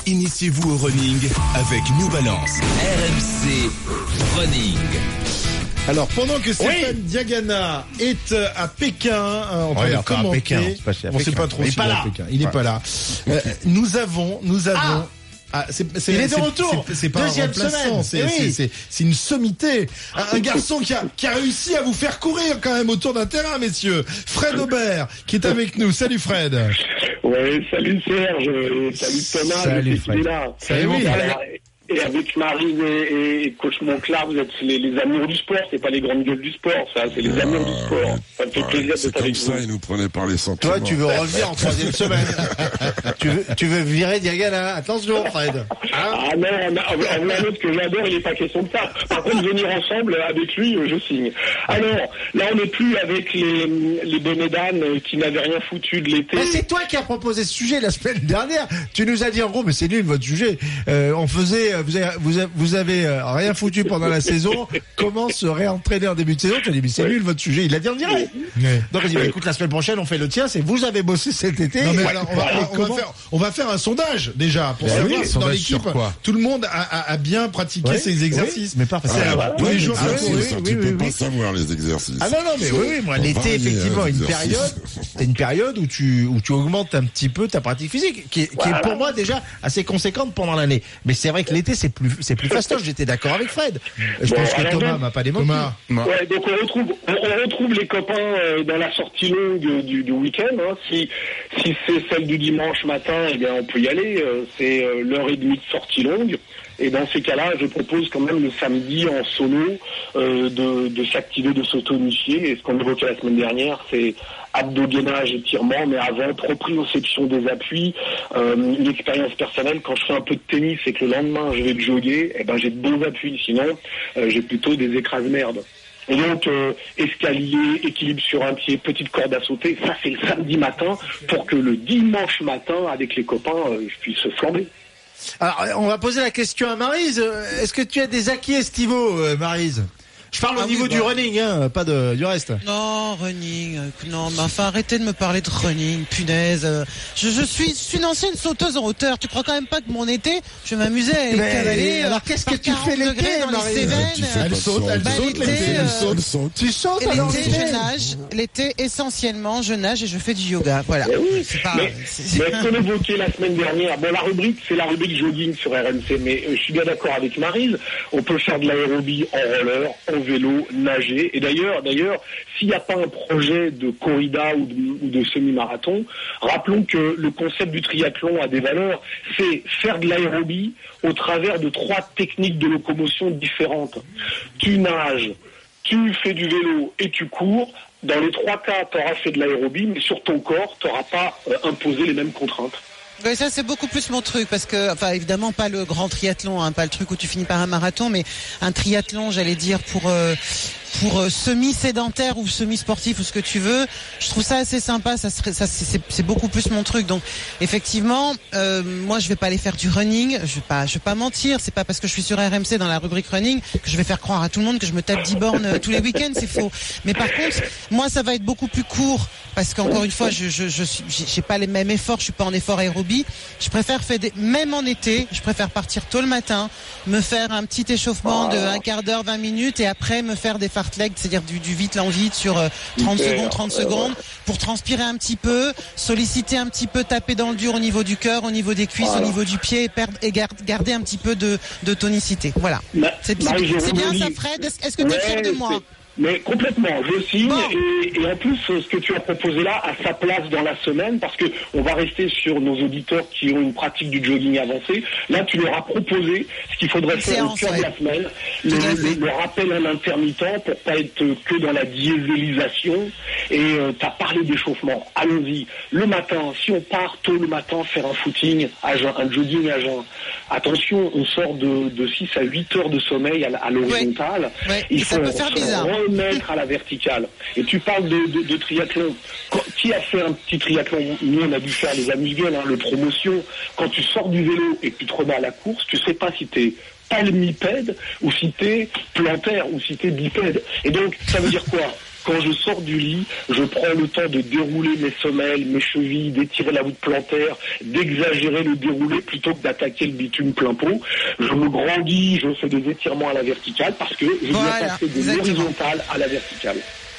Initiez-vous au running avec New Balance. RMC Running. Alors, pendant que Stéphane Diagana est à Pékin, en train de commenter, on ne sait pas trop s'il est à Pékin. Il n'est pas là. Nous avons. Il est de retour. C'est pas deuxième un remplaçant, semaine. c'est une sommité. Un garçon qui a réussi à vous faire courir quand même autour d'un terrain, messieurs. Fred Aubert, qui est avec nous. Salut Fred. Ouais, salut Serge, salut Thomas, Salut Fred. Salut. Et avec Marine et coach Monclar, vous êtes les amours du sport, c'est pas les grandes gueules du sport, ça, c'est les amours du sport. Ça me fait plaisir d'être avec vous. C'est comme ça, ils nous prenaient par les sentiments. Toi, tu veux revenir en troisième semaine. tu veux virer Diagana. Attention, Fred. Ah non, on a un autre que j'adore, il n'est pas question de ça. Par contre, venir ensemble avec lui, je signe. Alors, là, on n'est plus avec les bonnets d'âne qui n'avaient rien foutu de l'été. Mais c'est toi qui as proposé ce sujet la semaine dernière. Tu nous as dit en gros, mais c'est nul votre sujet. Vous avez rien foutu pendant la saison. Comment se réentraîner en début de saison? Tu as dit, mais c'est nul votre sujet. Il l'a dit en direct. Donc, il dit, écoute, la semaine prochaine, on fait le tien. C'est vous avez bossé cet été. Non, mais alors, on va faire un sondage, déjà, pour savoir si dans l'équipe, tout le monde a bien pratiqué ses exercices. Mais parfait. Tous les jours. Tu peux pas savoir les exercices. Ah non, mais oui, moi, l'été, effectivement, c'est une période où tu augmentes un petit peu ta pratique physique, qui est pour moi déjà assez conséquente pendant l'année. Mais c'est vrai que l'été, c'est plus fastoche. J'étais d'accord avec Fred. Je pense que Thomas m'a pas démenti. Ouais, donc on retrouve les copains dans la sortie longue du week-end. Hein. Si c'est celle du dimanche matin, eh bien on peut y aller. C'est l'heure et demie de sortie longue. Et dans ces cas-là, je propose quand même le samedi en solo de s'activer, de s'autonifier. Et ce qu'on évoquait la semaine dernière, c'est abdos-gainage, étirement, mais avant, proprioception des appuis, une expérience personnelle. Quand je fais un peu de tennis et que le lendemain je vais jogger, eh ben j'ai de bons appuis. Sinon, j'ai plutôt des écrase-merdes. Et donc, escalier, équilibre sur un pied, petite corde à sauter, ça c'est le samedi matin pour que le dimanche matin, avec les copains, je puisse flamber. Alors, on va poser la question à Maryse. Est-ce que tu as des acquis estivaux, Maryse? Je parle au niveau du running, hein, pas du reste. Non, running, non, mais enfin arrêtez de me parler de running, punaise. Je suis une ancienne sauteuse en hauteur. Tu crois quand même pas que mon été, je vais m'amuser à cavaler. Alors qu'est-ce que tu fais l'été, dans les Cévennes? Elle saute l'été. Tu sautes et alors l'été, je nage. L'été, essentiellement, je nage et je fais du yoga. Voilà. C'est pas. Mais ce qu'on évoquait la semaine dernière, bon, la rubrique, c'est la rubrique jogging sur RMC, mais je suis bien d'accord avec Maryse. On peut faire de l'aérobie en roller, en vélo, nager. Et d'ailleurs, s'il n'y a pas un projet de corrida ou de semi-marathon, rappelons que le concept du triathlon a des valeurs. C'est faire de l'aérobie au travers de 3 techniques de locomotion différentes. Tu nages, tu fais du vélo et tu cours. Dans les 3 cas, tu auras fait de l'aérobie, mais sur ton corps, tu n'auras pas imposé les mêmes contraintes. Oui, ça c'est beaucoup plus mon truc parce que, enfin évidemment pas le grand triathlon, hein, pas le truc où tu finis par un marathon, mais un triathlon, j'allais dire pour semi-sédentaire ou semi-sportif ou ce que tu veux. Je trouve ça assez sympa. C'est beaucoup plus mon truc. Donc effectivement, moi je vais pas aller faire du running. Je vais pas mentir. C'est pas parce que je suis sur RMC dans la rubrique running que je vais faire croire à tout le monde que je me tape 10 bornes tous les week-ends. C'est faux. Mais par contre, moi ça va être beaucoup plus court parce qu'encore une fois, j'ai pas les mêmes efforts. Je suis pas en effort aérobie. Je préfère même en été, je préfère partir tôt le matin, me faire un petit échauffement de un quart d'heure, 20 minutes et après me faire des fartleks, c'est-à-dire du vite en vite sur 30 secondes pour transpirer un petit peu, solliciter un petit peu, taper dans le dur au niveau du cœur, au niveau des cuisses, au niveau du pied et garder un petit peu de tonicité. Voilà. C'est bien ça, Fred. Est-ce que tu es fier de moi? Mais complètement, je signe. Bon. Et en plus, ce que tu as proposé là a sa place dans la semaine parce que on va rester sur nos auditeurs qui ont une pratique du jogging avancée. Là, tu leur as proposé ce qu'il faudrait faire au cœur de la semaine, le rappel à l'intermittent pour pas être que dans la dieselisation. Et tu as parlé d'échauffement. Allons-y. Le matin, si on part tôt le matin faire un footing à jeun, un jogging à jeun, attention, on sort de 6 à 8 heures de sommeil à l'horizontale. Ouais. Il faut ça peut faire bizarre. Remettre à la verticale. Et tu parles de triathlon. Qui a fait un petit triathlon? Nous, on a dû faire les amuse-gueules, le promotion. Quand tu sors du vélo et que tu te remets à la course, tu sais pas si t'es palmipède ou si t'es plantaire ou si t'es bipède. Et donc, ça veut dire quoi? quand je sors du lit, je prends le temps de dérouler mes semelles, mes chevilles, d'étirer la voûte plantaire, d'exagérer le déroulé plutôt que d'attaquer le bitume plein pot. Je me grandis, je fais des étirements à la verticale parce que je dois passer de l'horizontale à la verticale.